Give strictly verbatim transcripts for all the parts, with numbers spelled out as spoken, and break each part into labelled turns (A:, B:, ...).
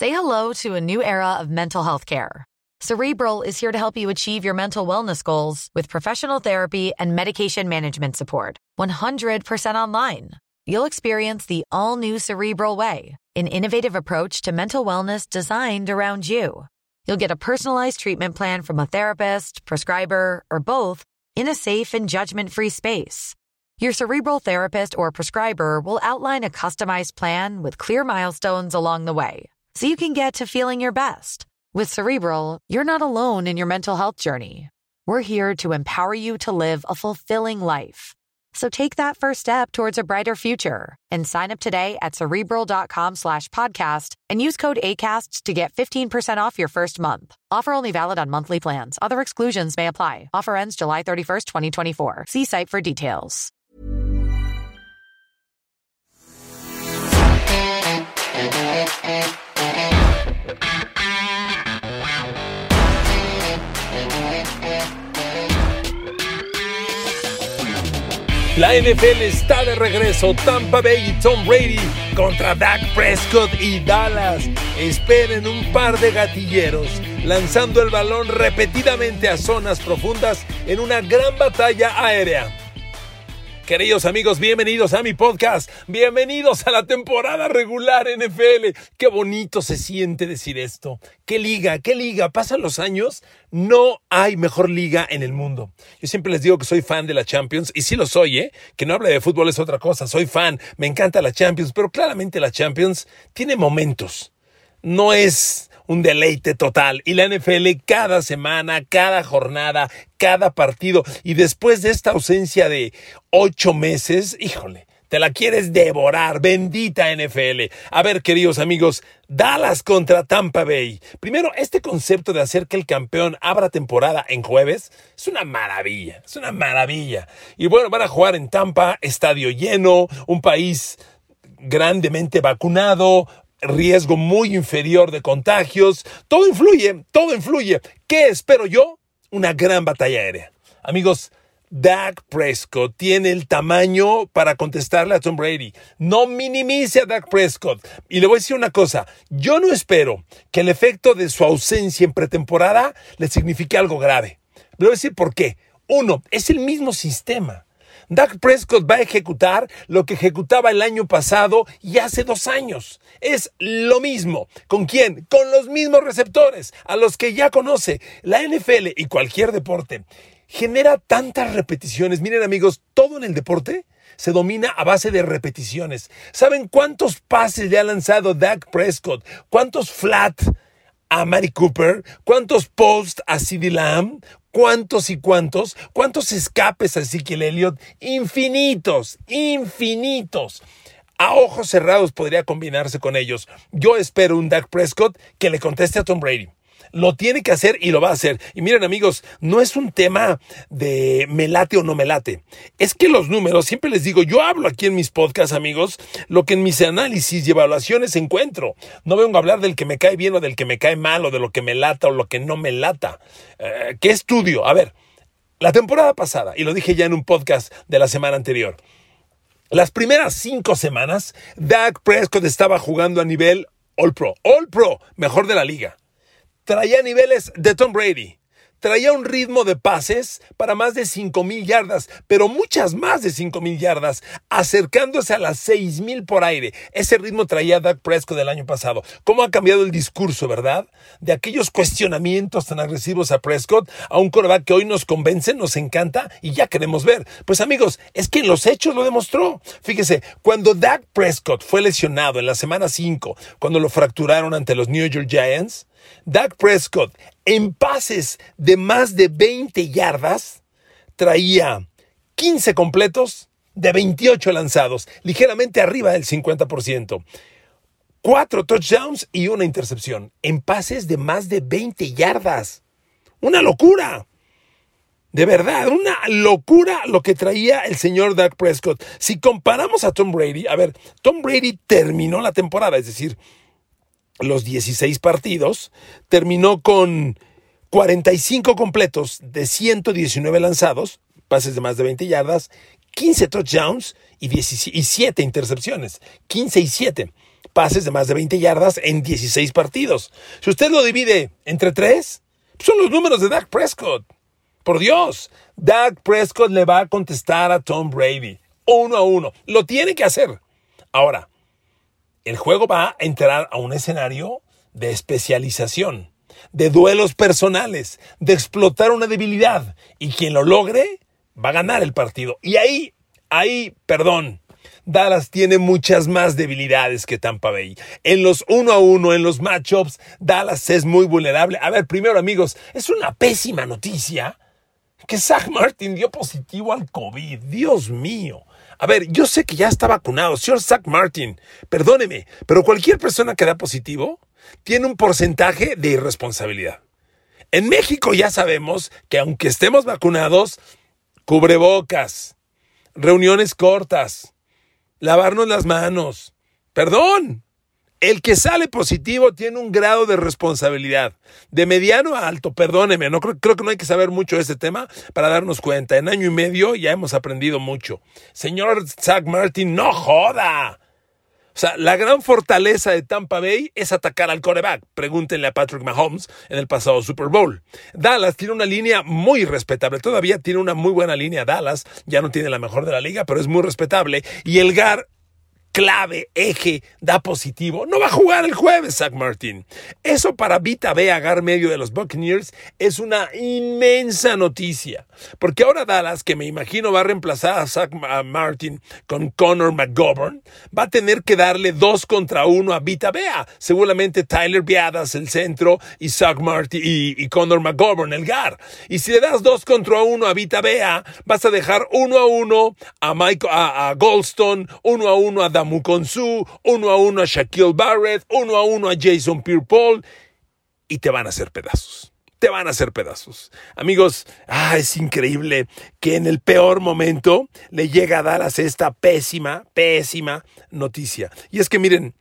A: Say hello to a new era of mental health care. Cerebral is here to help you achieve your mental wellness goals with professional therapy and medication management support. one hundred percent online. You'll experience the all-new Cerebral Way, an innovative approach to mental wellness designed around you. You'll get a personalized treatment plan from a therapist, prescriber, or both in a safe and judgment-free space. Your Cerebral therapist or prescriber will outline a customized plan with clear milestones along the way, so you can get to feeling your best. With Cerebral, you're not alone in your mental health journey. We're here to empower you to live a fulfilling life. So take that first step towards a brighter future and sign up today at Cerebral.com slash podcast and use code ACAST to get fifteen percent off your first month. Offer only valid on monthly plans. Other exclusions may apply. Offer ends July thirty-first, twenty twenty-four. See site for details.
B: La N F L está de regreso. Tampa Bay y Tom Brady contra Dak Prescott y Dallas. Esperen un par de gatilleros lanzando el balón repetidamente a zonas profundas en una gran batalla aérea. Queridos amigos, bienvenidos a mi podcast, bienvenidos a la temporada regular N F L. Qué bonito se siente decir esto. ¿Qué liga? ¿Qué liga? Pasan los años, no hay mejor liga en el mundo. Yo siempre les digo que soy fan de la Champions, y sí lo soy, ¿eh? Que no hable de fútbol es otra cosa, soy fan, me encanta la Champions, pero claramente la Champions tiene momentos. No es un deleite total. Y la N F L cada semana, cada jornada, cada partido. Y después de esta ausencia de ocho meses, híjole, te la quieres devorar. Bendita N F L. A ver, queridos amigos, Dallas contra Tampa Bay. Primero, este concepto de hacer que el campeón abra temporada en jueves es una maravilla. Es una maravilla. Y bueno, van a jugar en Tampa, estadio lleno, un país grandemente vacunado, riesgo muy inferior de contagios. Todo influye, todo influye. ¿Qué espero yo? Una gran batalla aérea. Amigos, Dak Prescott tiene el tamaño para contestarle a Tom Brady. No minimice a Dak Prescott. Y le voy a decir una cosa. Yo no espero que el efecto de su ausencia en pretemporada le signifique algo grave. Le voy a decir por qué. Uno, es el mismo sistema. Dak Prescott va a ejecutar lo que ejecutaba el año pasado y hace dos años. Es lo mismo. ¿Con quién? Con los mismos receptores, a los que ya conoce. La N F L y cualquier deporte genera tantas repeticiones. Miren, amigos, todo en el deporte se domina a base de repeticiones. ¿Saben cuántos pases le ha lanzado Dak Prescott? ¿Cuántos flat a Mari Cooper? ¿Cuántos post a CeeDee Lamb? ¿Cuántos y cuántos? ¿Cuántos escapes a Ezekiel Elliott? Infinitos, infinitos. A ojos cerrados podría combinarse con ellos. Yo espero un Dak Prescott que le conteste a Tom Brady. Lo tiene que hacer y lo va a hacer. Y miren, amigos, no es un tema de me late o no me late. Es que los números, siempre les digo, yo hablo aquí en mis podcasts, amigos, lo que en mis análisis y evaluaciones encuentro. No vengo a hablar del que me cae bien o del que me cae mal o de lo que me lata o lo que no me lata. Eh, ¿Qué estudio? A ver, la temporada pasada, y lo dije ya en un podcast de la semana anterior, las primeras cinco semanas, Dak Prescott estaba jugando a nivel All Pro. All Pro, mejor de la liga. Traía niveles de Tom Brady. Traía un ritmo de pases para más de cinco mil yardas, pero muchas más de cinco mil yardas, acercándose a las seis mil por aire. Ese ritmo traía Dak Prescott del año pasado. ¿Cómo ha cambiado el discurso, verdad? De aquellos cuestionamientos tan agresivos a Prescott, a un quarterback que hoy nos convence, nos encanta y ya queremos ver. Pues amigos, es que en los hechos lo demostró. Fíjese, cuando Dak Prescott fue lesionado en la semana cinco, cuando lo fracturaron ante los New York Giants, Dak Prescott, en pases de más de veinte yardas, traía quince completos de veintiocho lanzados, ligeramente arriba del cincuenta por ciento. Cuatro touchdowns y una intercepción en pases de más de veinte yardas. ¡Una locura! De verdad, una locura lo que traía el señor Dak Prescott. Si comparamos a Tom Brady, a ver, Tom Brady terminó la temporada, es decir, los dieciséis partidos, terminó con cuarenta y cinco completos de ciento diecinueve lanzados, pases de más de veinte yardas, quince touchdowns y, diecisiete, y siete intercepciones, quince y siete. pases de más de veinte yardas en dieciséis partidos. Si usted lo divide entre tres, son los números de Dak Prescott. Por Dios, Dak Prescott le va a contestar a Tom Brady. Uno a uno. Lo tiene que hacer. Ahora, el juego va a entrar a un escenario de especialización, de duelos personales, de explotar una debilidad. Y quien lo logre va a ganar el partido. Y ahí, ahí, perdón, Dallas tiene muchas más debilidades que Tampa Bay. En los uno a uno, en los matchups, Dallas es muy vulnerable. A ver, primero, amigos, es una pésima noticia que Zach Martin dio positivo al COVID. Dios mío. A ver, yo sé que ya está vacunado, señor Zach Martin, perdóneme, pero cualquier persona que da positivo tiene un porcentaje de irresponsabilidad. En México ya sabemos que aunque estemos vacunados, cubrebocas, reuniones cortas, lavarnos las manos. Perdón, el que sale positivo tiene un grado de responsabilidad de mediano a alto. Perdóneme, no creo, creo que no hay que saber mucho de este tema para darnos cuenta. En año y medio ya hemos aprendido mucho. Señor Zach Martin, no joda. O sea, la gran fortaleza de Tampa Bay es atacar al quarterback. Pregúntenle a Patrick Mahomes en el pasado Super Bowl. Dallas tiene una línea muy respetable. Todavía tiene una muy buena línea Dallas. Ya no tiene la mejor de la liga, pero es muy respetable. Y el G A R, clave, eje, da positivo. No va a jugar el jueves, Zach Martin. Eso para Vita Vea, G A R medio de los Buccaneers, es una inmensa noticia. Porque ahora Dallas, que me imagino va a reemplazar a Zach Martin con Connor McGovern, va a tener que darle dos contra uno a Vita Vea. Seguramente Tyler Biadasz, el centro, y Zach Martin y, y Connor McGovern, el G A R. Y si le das dos contra uno a Vita Vea, vas a dejar uno a uno a, Mike, a, a Golston, uno a uno a Damukonsu, uno a uno a Shaquille Barrett, uno a uno a Jason Pierre-Paul, y te van a hacer pedazos. Te van a hacer pedazos. Amigos, ah, es increíble que en el peor momento le llega a Dallas esta pésima, pésima noticia. Y es que miren,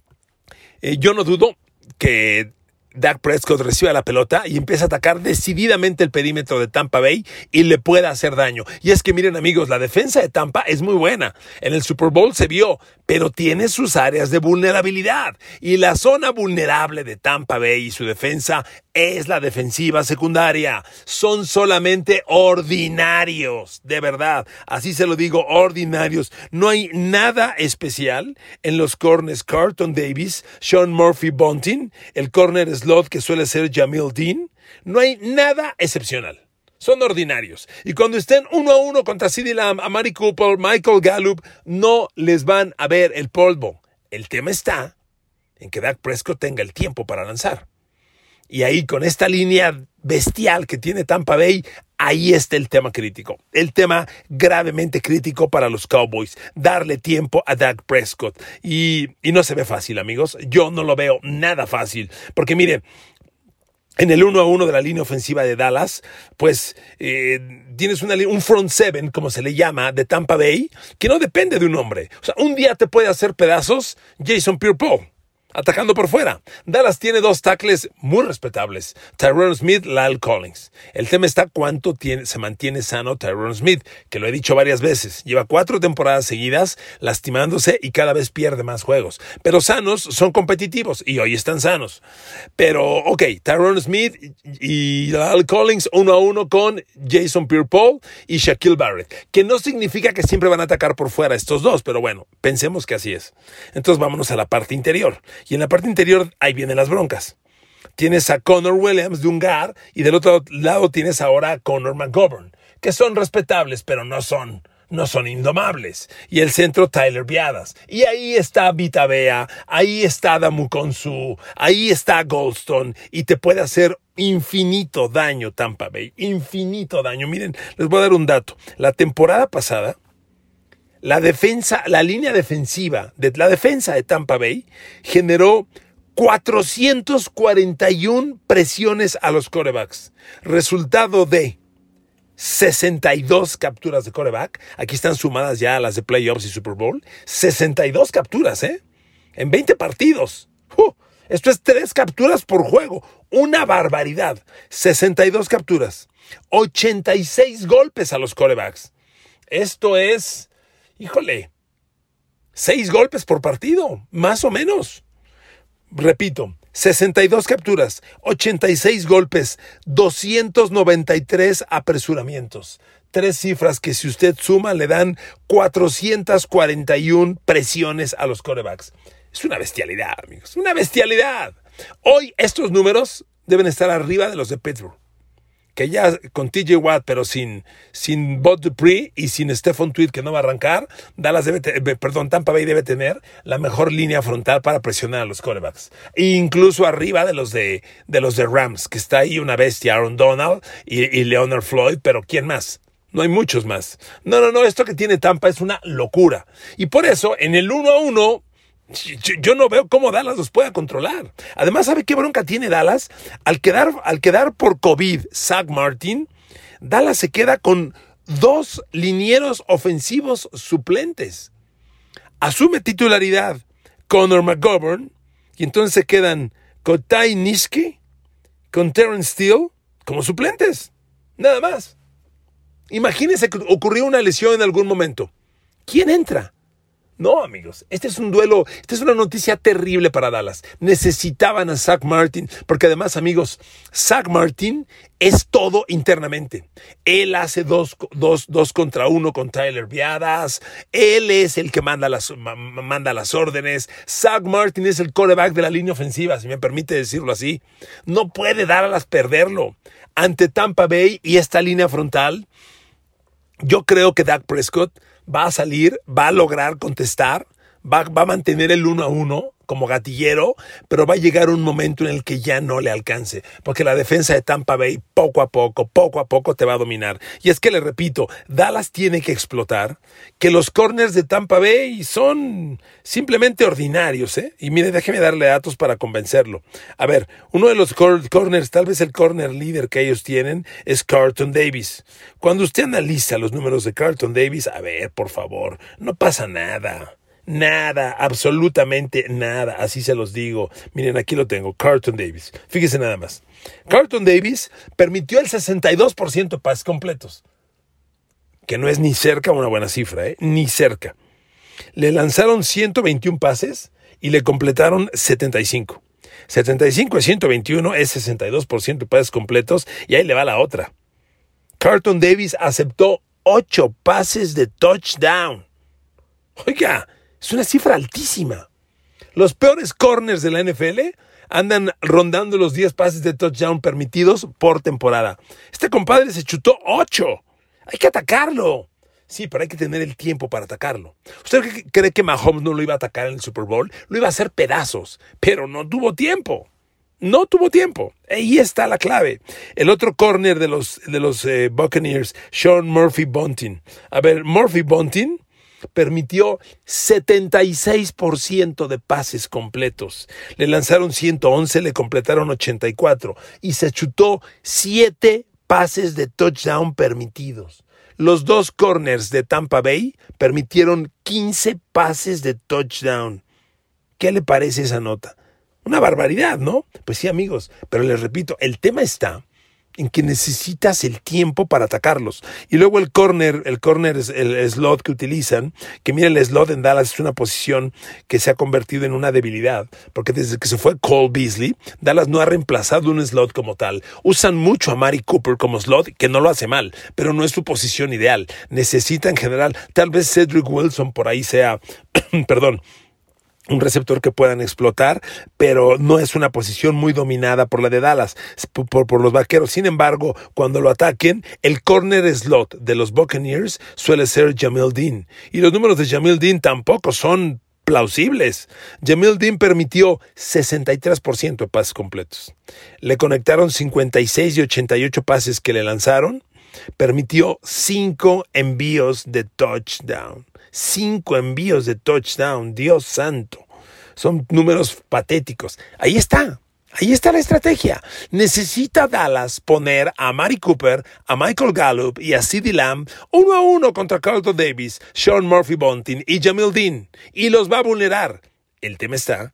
B: eh, yo no dudo que Dak Prescott reciba la pelota y empieza a atacar decididamente el perímetro de Tampa Bay y le pueda hacer daño. Y es que miren, amigos, la defensa de Tampa es muy buena. En el Super Bowl se vio, pero tiene sus áreas de vulnerabilidad. Y la zona vulnerable de Tampa Bay y su defensa es la defensiva secundaria. Son solamente ordinarios, de verdad. Así se lo digo, ordinarios. No hay nada especial en los corners Carlton Davis, Sean Murphy Bunting, el corner slot que suele ser Jamil Dean. No hay nada excepcional. Son ordinarios. Y cuando estén uno a uno contra CeeDee Lamb, Amari Cooper, Michael Gallup, no les van a ver el polvo. El tema está en que Dak Prescott tenga el tiempo para lanzar. Y ahí, con esta línea bestial que tiene Tampa Bay, ahí está el tema crítico. El tema gravemente crítico para los Cowboys. Darle tiempo a Dak Prescott. Y, y no se ve fácil, amigos. Yo no lo veo nada fácil. Porque mire, en el uno a uno de la línea ofensiva de Dallas, pues eh, tienes una, un front seven, como se le llama, de Tampa Bay, que no depende de un hombre. O sea, un día te puede hacer pedazos Jason Pierre-Paul, atacando por fuera. Dallas tiene dos tackles muy respetables, Tyron Smith, La'el Collins. El tema está cuánto tiene, se mantiene sano Tyron Smith, que lo he dicho varias veces. Lleva cuatro temporadas seguidas lastimándose y cada vez pierde más juegos. Pero sanos son competitivos y hoy están sanos. Pero, ok, Tyron Smith y La'el Collins uno a uno con Jason Pierre-Paul y Shaquille Barrett, que no significa que siempre van a atacar por fuera estos dos, pero bueno, pensemos que así es. Entonces vámonos a la parte interior. Y en la parte interior, ahí vienen las broncas. Tienes a Connor Williams de un G A R y del otro lado tienes ahora a Connor McGovern, que son respetables, pero no son, no son indomables. Y el centro, Tyler Biadasz. Y ahí está Vita Vea, ahí está Damukonsu, ahí está Golston, y te puede hacer infinito daño Tampa Bay, infinito daño. Miren, les voy a dar un dato. La temporada pasada, La defensa, la línea defensiva de la defensa de Tampa Bay generó cuatrocientas cuarenta y una presiones a los quarterbacks. Resultado de sesenta y dos capturas de quarterback. Aquí están sumadas ya las de playoffs y Super Bowl. sesenta y dos capturas, ¿eh? En veinte partidos. Uh, esto es tres capturas por juego. Una barbaridad. sesenta y dos capturas. ochenta y seis golpes a los quarterbacks. Esto es... Híjole, Seis golpes por partido, más o menos. Repito, sesenta y dos capturas, ochenta y seis golpes, doscientos noventa y tres apresuramientos. Tres cifras que si usted suma le dan cuatrocientas cuarenta y una presiones a los quarterbacks. Es una bestialidad, amigos, una bestialidad. Hoy estos números deben estar arriba de los de Pittsburgh, que ya con T J Watt, pero sin, sin Bud Dupree y sin Stephon Tweed, que no va a arrancar, Dallas debe te, perdón, Tampa Bay debe tener la mejor línea frontal para presionar a los quarterbacks. E incluso arriba de los de, de los de Rams, que está ahí una bestia, Aaron Donald y, y Leonard Floyd, pero ¿quién más? No hay muchos más. No, no, no, esto que tiene Tampa es una locura. Y por eso, en el uno a uno, Yo, yo no veo cómo Dallas los pueda controlar. Además, ¿sabe qué bronca tiene Dallas? Al quedar, al quedar por COVID Zach Martin, Dallas se queda con dos linieros ofensivos suplentes. Asume titularidad Connor McGovern y entonces se quedan con Ty Nishke, con Terrence Steele como suplentes. Nada más. Imagínense que ocurrió una lesión en algún momento. ¿Quién entra? No, amigos, este es un duelo, esta es una noticia terrible para Dallas. Necesitaban a Zach Martin, porque además, amigos, Zach Martin es todo internamente. Él hace dos, dos, dos contra uno con Tyler Biadasz. Él es el que manda las, manda las órdenes. Zach Martin es el quarterback de la línea ofensiva, si me permite decirlo así. No puede Dallas perderlo. Ante Tampa Bay y esta línea frontal, yo creo que Dak Prescott va a salir, va a lograr contestar, va, va a mantener el uno a uno como gatillero, pero va a llegar un momento en el que ya no le alcance, porque la defensa de Tampa Bay poco a poco, poco a poco te va a dominar. Y es que le repito, Dallas tiene que explotar, que los corners de Tampa Bay son simplemente ordinarios, ¿eh? Y mire, déjeme darle datos para convencerlo. A ver, uno de los cor- corners, tal vez el corner líder que ellos tienen, es Carlton Davis. Cuando usted analiza los números de Carlton Davis, a ver, por favor, no pasa nada. Nada, absolutamente nada, así se los digo. Miren, aquí lo tengo, Carlton Davis. Fíjese nada más. Carlton Davis permitió el sesenta y dos por ciento de pases completos, que no es ni cerca una buena cifra, ¿eh? Ni cerca. Le lanzaron ciento veintiún pases y le completaron setenta y cinco. setenta y cinco a ciento veintiuno es sesenta y dos por ciento de pases completos y ahí le va la otra. Carlton Davis aceptó ocho pases de touchdown. Oiga, es una cifra altísima. Los peores corners de la N F L andan rondando los diez pases de touchdown permitidos por temporada. Este compadre se chutó ocho. Hay que atacarlo. Sí, pero hay que tener el tiempo para atacarlo. ¿Usted cree que Mahomes no lo iba a atacar en el Super Bowl? Lo iba a hacer pedazos, pero no tuvo tiempo. No tuvo tiempo. Ahí está la clave. El otro corner de los, de los eh, Buccaneers, Sean Murphy-Bunting. A ver, Murphy-Bunting permitió setenta y seis por ciento de pases completos. Le lanzaron ciento once, le completaron ochenta y cuatro y se chutó siete pases de touchdown permitidos. Los dos corners de Tampa Bay permitieron quince pases de touchdown. ¿Qué le parece esa nota? Una barbaridad, ¿no? Pues sí, amigos, pero les repito, el tema está en que necesitas el tiempo para atacarlos. Y luego el corner, el corner es el slot que utilizan, que mira, el slot en Dallas es una posición que se ha convertido en una debilidad, porque desde que se fue Cole Beasley, Dallas no ha reemplazado un slot como tal. Usan mucho a Mari Cooper como slot, que no lo hace mal, pero no es su posición ideal. Necesita en general, tal vez Cedric Wilson por ahí sea, perdón, un receptor que puedan explotar, pero no es una posición muy dominada por la de Dallas, por, por, por los vaqueros. Sin embargo, cuando lo ataquen, el corner slot de los Buccaneers suele ser Jamil Dean. Y los números de Jamil Dean tampoco son plausibles. Jamil Dean permitió sesenta y tres por ciento de pases completos. Le conectaron cincuenta y seis y ochenta y ocho pases que le lanzaron. Permitió cinco envíos de touchdown. Cinco envíos de touchdown. Dios santo. Son números patéticos. Ahí está. Ahí está la estrategia. Necesita Dallas poner a Mari Cooper, a Michael Gallup y a CeeDee Lamb uno a uno contra Carlton Davis, Sean Murphy-Bunting y Jamil Dean. Y los va a vulnerar. El tema está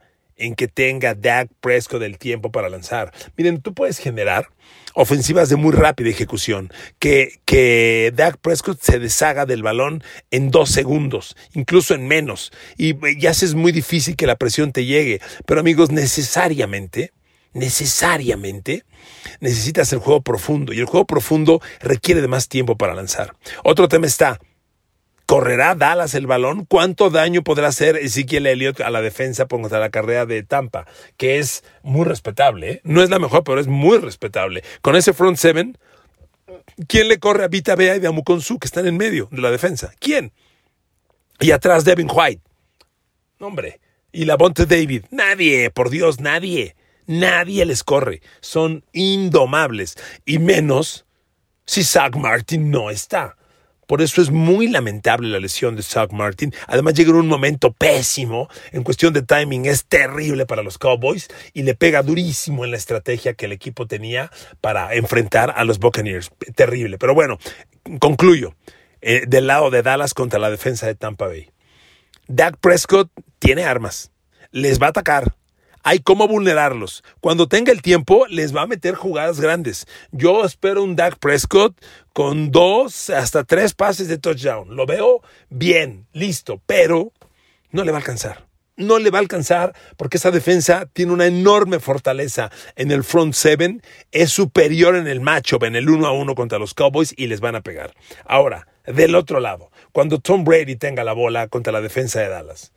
B: en que tenga Dak Prescott el tiempo para lanzar. Miren, tú puedes generar ofensivas de muy rápida ejecución, que, que Dak Prescott se deshaga del balón en dos segundos, incluso en menos, y ya es muy difícil que la presión te llegue. Pero amigos, necesariamente, necesariamente necesitas el juego profundo, y el juego profundo requiere de más tiempo para lanzar. Otro tema está: ¿correrá Dallas el balón? ¿Cuánto daño podrá hacer Ezekiel Elliott a la defensa contra la carrera de Tampa? Que es muy respetable, ¿eh? No es la mejor, pero es muy respetable. Con ese front seven, ¿quién le corre a Vita Vea y de Amukonsu, que están en medio de la defensa? ¿Quién? Y atrás Devin White. No, hombre. Y Lavonte David. Nadie, por Dios, nadie. Nadie les corre. Son indomables. Y menos si Zach Martin no está. Por eso es muy lamentable la lesión de Zach Martin. Además llega en un momento pésimo. En cuestión de timing es terrible para los Cowboys y le pega durísimo en la estrategia que el equipo tenía para enfrentar a los Buccaneers. Terrible. Pero bueno, concluyo. Eh, del lado de Dallas contra la defensa de Tampa Bay. Dak Prescott tiene armas. Les va a atacar. Hay cómo vulnerarlos. Cuando tenga el tiempo, les va a meter jugadas grandes. Yo espero un Dak Prescott con dos hasta tres pases de touchdown. Lo veo bien, listo, pero no le va a alcanzar. No le va a alcanzar porque esa defensa tiene una enorme fortaleza en el front seven. Es superior en el matchup, en el uno a uno contra los Cowboys, y les van a pegar. Ahora, del otro lado, cuando Tom Brady tenga la bola contra la defensa de Dallas.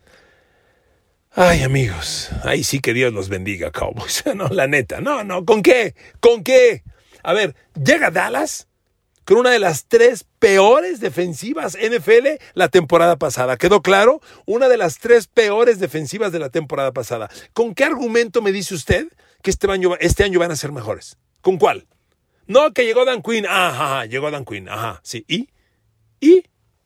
B: Ay, amigos, ahí sí que Dios los bendiga, Cowboys. No, la neta, no, no, ¿con qué? ¿Con qué? A ver, llega Dallas con una de las tres peores defensivas N F L la temporada pasada. ¿Quedó claro? Una de las tres peores defensivas de la temporada pasada. ¿Con qué argumento me dice usted que este año, este año van a ser mejores? ¿Con cuál? No, que llegó Dan Quinn. Ajá, ajá, llegó Dan Quinn. Ajá, sí. ¿Y? ¿Y?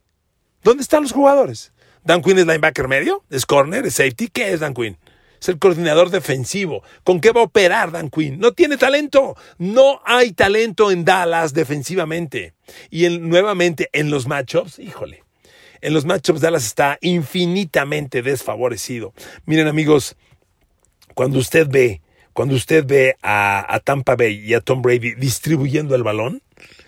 B: ¿Dónde están los jugadores? ¿Dan Quinn es linebacker medio? ¿Es corner? ¿Es safety? ¿Qué es Dan Quinn? Es el coordinador defensivo. ¿Con qué va a operar Dan Quinn? No tiene talento. No hay talento en Dallas defensivamente. Y en, nuevamente en los matchups, híjole, en los matchups Dallas está infinitamente desfavorecido. Miren, amigos, cuando usted ve, cuando usted ve a, a Tampa Bay y a Tom Brady distribuyendo el balón,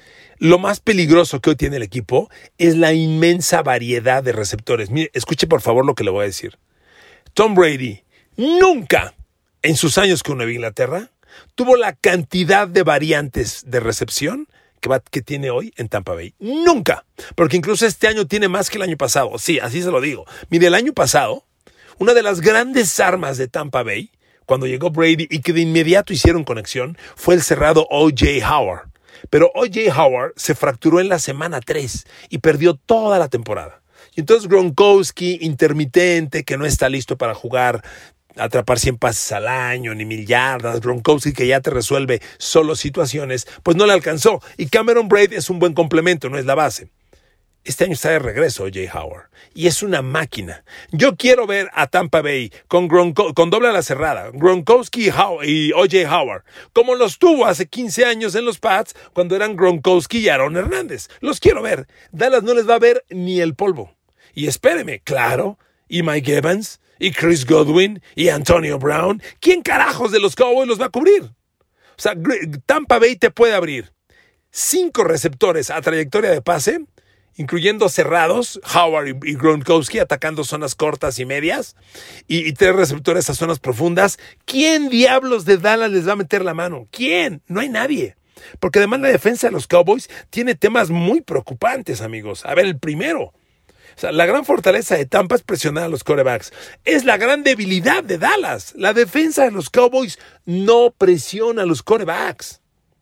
B: lo más peligroso que hoy tiene el equipo es la inmensa variedad de receptores. Mire, escuche por favor lo que le voy a decir. Tom Brady nunca en sus años con Nueva Inglaterra tuvo la cantidad de variantes de recepción que, va, que tiene hoy en Tampa Bay. Nunca. Porque incluso este año tiene más que el año pasado. Sí, así se lo digo. Mire, el año pasado, una de las grandes armas de Tampa Bay, cuando llegó Brady y que de inmediato hicieron conexión, fue el cerrado O J Howard. Pero O J Howard se fracturó en la semana tres y perdió toda la temporada. Y entonces Gronkowski, intermitente, que no está listo para jugar, atrapar cien pases al año, ni mil yardas. Gronkowski, que ya te resuelve solo situaciones, pues no le alcanzó. Y Cameron Braid es un buen complemento, no es la base. Este año está de regreso O J Howard y es una máquina. Yo quiero ver a Tampa Bay con, Gronko, con doble a la cerrada, Gronkowski y O J Howard, como los tuvo hace quince años en los Pats cuando eran Gronkowski y Aaron Hernández. Los quiero ver. Dallas no les va a ver ni el polvo. Y espéreme, claro, y Mike Evans, y Chris Godwin, y Antonio Brown. ¿Quién carajos de los Cowboys los va a cubrir? O sea, Tampa Bay te puede abrir cinco receptores a trayectoria de pase, incluyendo cerrados, Howard y Gronkowski atacando zonas cortas y medias, y, y tres receptores a zonas profundas. ¿Quién diablos de Dallas les va a meter la mano? ¿Quién? No hay nadie. Porque además la defensa de los Cowboys tiene temas muy preocupantes, amigos. A ver, el primero. O sea, la gran fortaleza de Tampa es presionar a los quarterbacks. Es la gran debilidad de Dallas. La defensa de los Cowboys no presiona a los quarterbacks.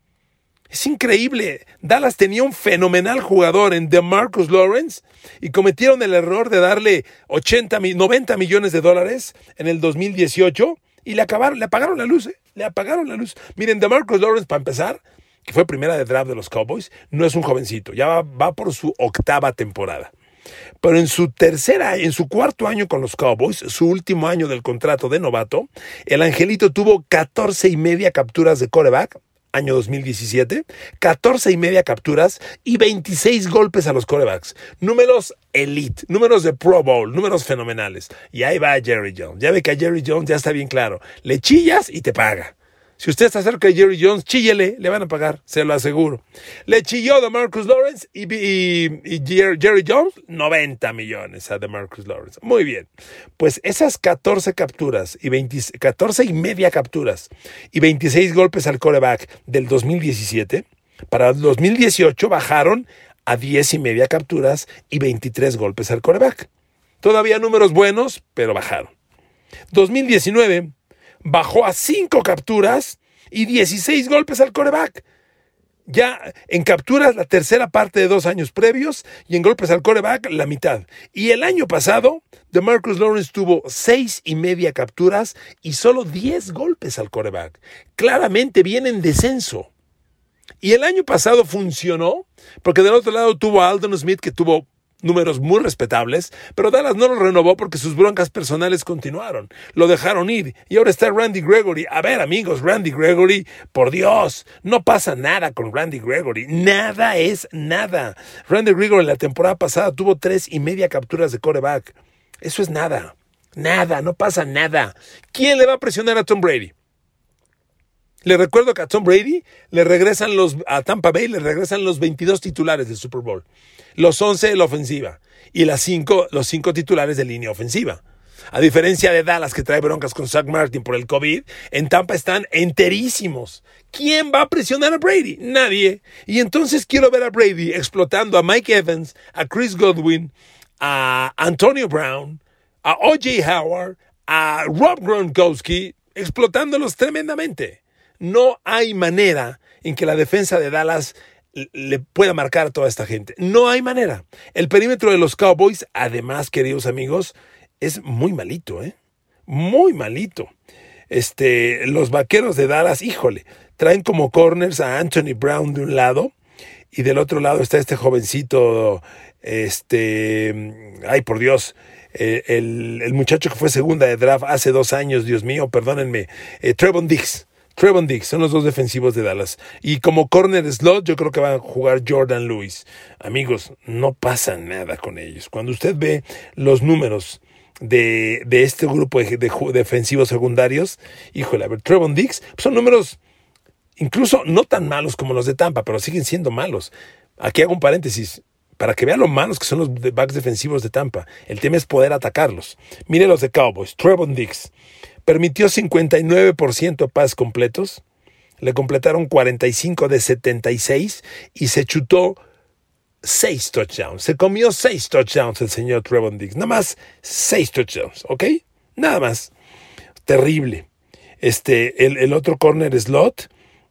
B: Es increíble. Dallas tenía un fenomenal jugador en DeMarcus Lawrence y cometieron el error de darle ochenta, noventa millones de dólares en el dos mil dieciocho y le acabaron, le apagaron la luz, ¿eh? Le apagaron la luz. Miren, DeMarcus Lawrence, para empezar, que fue primera de draft de los Cowboys, no es un jovencito, ya va, va por su octava temporada. Pero en su tercera, en su cuarto año con los Cowboys, su último año del contrato de novato, el angelito tuvo catorce y media capturas de quarterback año dos mil diecisiete, catorce y media capturas y veintiséis golpes a los quarterbacks. Números elite, números de Pro Bowl, números fenomenales. Y ahí va Jerry Jones. Ya ve que a Jerry Jones ya está bien claro. Le chillas y te paga. Si usted está cerca de Jerry Jones, chíllele, le van a pagar, se lo aseguro. Le chilló DeMarcus Lawrence y, y, y Jerry Jones, noventa millones a DeMarcus Lawrence. Muy bien. Pues esas catorce capturas, y veinte, catorce y media capturas y veintiséis golpes al quarterback del dos mil diecisiete, para el dos mil dieciocho bajaron a diez y media capturas y veintitrés golpes al quarterback. Todavía números buenos, pero bajaron. dos mil diecinueve bajó a cinco capturas y dieciséis golpes al quarterback. Ya en capturas la tercera parte de dos años previos y en golpes al quarterback la mitad. Y el año pasado, DeMarcus Lawrence tuvo seis y media capturas y solo diez golpes al quarterback. Claramente viene en descenso. Y el año pasado funcionó porque del otro lado tuvo a Aldon Smith, que tuvo números muy respetables, pero Dallas no lo renovó porque sus broncas personales continuaron. Lo dejaron ir y ahora está Randy Gregory. A ver, amigos, Randy Gregory, por Dios, no pasa nada con Randy Gregory. Nada es nada. Randy Gregory la temporada pasada tuvo tres y media capturas de quarterback. Eso es nada. Nada, no pasa nada. ¿Quién le va a presionar a Tom Brady? Le recuerdo que a Tom Brady le regresan los, a Tampa Bay le regresan los veintidós titulares del Super Bowl, los once de la ofensiva y las cinco, los cinco titulares de línea ofensiva. A diferencia de Dallas, que trae broncas con Zach Martin por el COVID, en Tampa están enterísimos. ¿Quién va a presionar a Brady? Nadie. Y entonces quiero ver a Brady explotando a Mike Evans, a Chris Godwin, a Antonio Brown, a O J Howard, a Rob Gronkowski, explotándolos tremendamente. No hay manera en que la defensa de Dallas le pueda marcar a toda esta gente. No hay manera. El perímetro de los Cowboys, además, queridos amigos, es muy malito, ¿eh? Muy malito. Este, los vaqueros de Dallas, híjole, traen como corners a Anthony Brown de un lado y del otro lado está este jovencito, este, ay por Dios, eh, el, el muchacho que fue segunda de draft hace dos años, Dios mío, perdónenme, eh, Trevon Diggs. Trevon Diggs, son los dos defensivos de Dallas. Y como corner slot, yo creo que va a jugar Jordan Lewis. Amigos, no pasa nada con ellos. Cuando usted ve los números de, de este grupo de, de, de defensivos secundarios, híjole, a ver, Trevon Diggs, pues son números incluso no tan malos como los de Tampa, pero siguen siendo malos. Aquí hago un paréntesis, para que vean lo malos que son los backs defensivos de Tampa. El tema es poder atacarlos. Mire los de Cowboys, Trevon Diggs. Permitió cincuenta y nueve por ciento pases completos, le completaron cuarenta y cinco de setenta y seis y se chutó seis touchdowns. Se comió seis touchdowns el señor Trevon Diggs. Nada más seis touchdowns, ¿ok? Nada más. Terrible. Este, el, el otro corner slot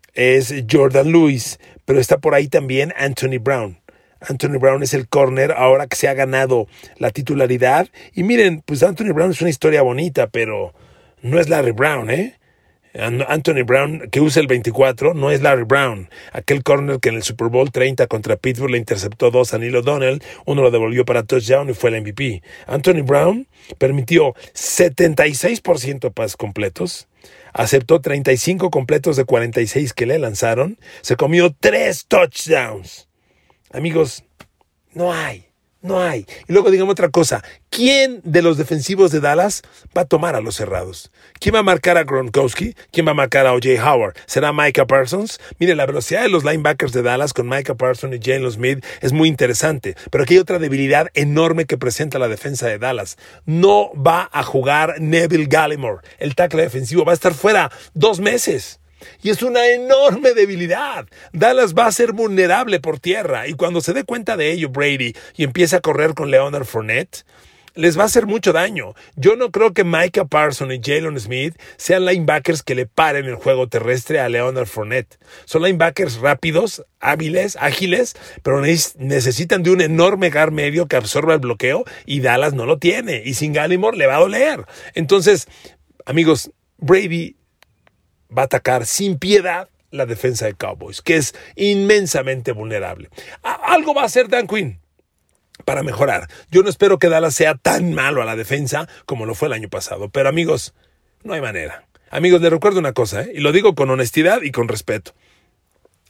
B: es Jordan Lewis, pero está por ahí también Anthony Brown. Anthony Brown es el corner ahora que se ha ganado la titularidad. Y miren, pues Anthony Brown es una historia bonita, pero no es Larry Brown, ¿eh? Anthony Brown, que usa el veinticuatro, no es Larry Brown. Aquel corner que en el Super Bowl treinta contra Pittsburgh le interceptó dos a Neil O'Donnell, uno lo devolvió para touchdown y fue el M V P. Anthony Brown permitió setenta y seis por ciento pases completos, aceptó treinta y cinco completos de cuarenta y seis que le lanzaron, se comió tres touchdowns. Amigos, no hay. No hay. Y luego digamos otra cosa. ¿Quién de los defensivos de Dallas va a tomar a los cerrados? ¿Quién va a marcar a Gronkowski? ¿Quién va a marcar a O J Howard? ¿Será Micah Parsons? Mire, la velocidad de los linebackers de Dallas con Micah Parsons y Jalen Smith es muy interesante. Pero aquí hay otra debilidad enorme que presenta la defensa de Dallas. No va a jugar Neville Gallimore. El tackle defensivo va a estar fuera dos meses. Y es una enorme debilidad. Dallas va a ser vulnerable por tierra. Y cuando se dé cuenta de ello Brady y empiece a correr con Leonard Fournette, les va a hacer mucho daño. Yo no creo que Micah Parsons y Jalen Smith sean linebackers que le paren el juego terrestre a Leonard Fournette. Son linebackers rápidos, hábiles, ágiles, pero necesitan de un enorme guard medio que absorba el bloqueo y Dallas no lo tiene. Y sin Gallimore le va a doler. Entonces, amigos, Brady va a atacar sin piedad la defensa de Cowboys, que es inmensamente vulnerable. Algo va a hacer Dan Quinn para mejorar. Yo no espero que Dallas sea tan malo a la defensa como lo fue el año pasado, pero amigos, no hay manera. Amigos, les recuerdo una cosa, ¿eh? Y lo digo con honestidad y con respeto.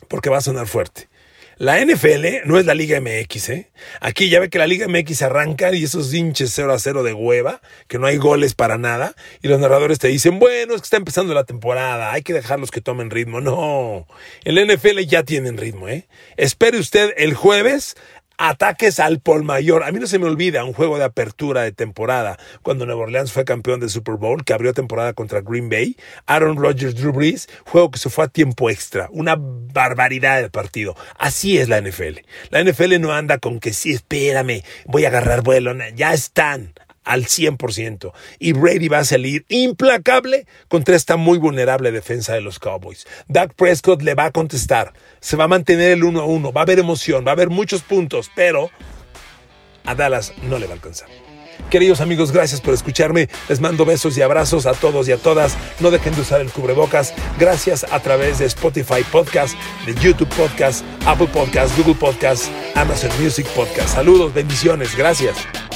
B: porque va a sonar fuerte. La N F L no es la Liga M X, ¿eh? Aquí ya ve que la Liga M X arranca y esos hinches cero a cero de hueva, que no hay goles para nada, y los narradores te dicen, bueno, es que está empezando la temporada, hay que dejarlos que tomen ritmo. No, el N F L ya tienen ritmo, ¿eh? Espere usted el jueves ataques al por mayor. A mí no se me olvida un juego de apertura de temporada cuando Nueva Orleans fue campeón del Super Bowl, que abrió temporada contra Green Bay. Aaron Rodgers, Drew Brees, juego que se fue a tiempo extra. Una barbaridad de partido. Así es la N F L. La N F L no anda con que sí, espérame, voy a agarrar vuelo. Ya están al cien por ciento. Y Brady va a salir implacable contra esta muy vulnerable defensa de los Cowboys. Dak Prescott le va a contestar. Se va a mantener el uno a uno. Va a haber emoción, va a haber muchos puntos, pero a Dallas no le va a alcanzar. Queridos amigos, gracias por escucharme. Les mando besos y abrazos a todos y a todas. No dejen de usar el cubrebocas. Gracias a través de Spotify Podcast, de YouTube Podcast, Apple Podcast, Google Podcast, Amazon Music Podcast. Saludos, bendiciones. Gracias.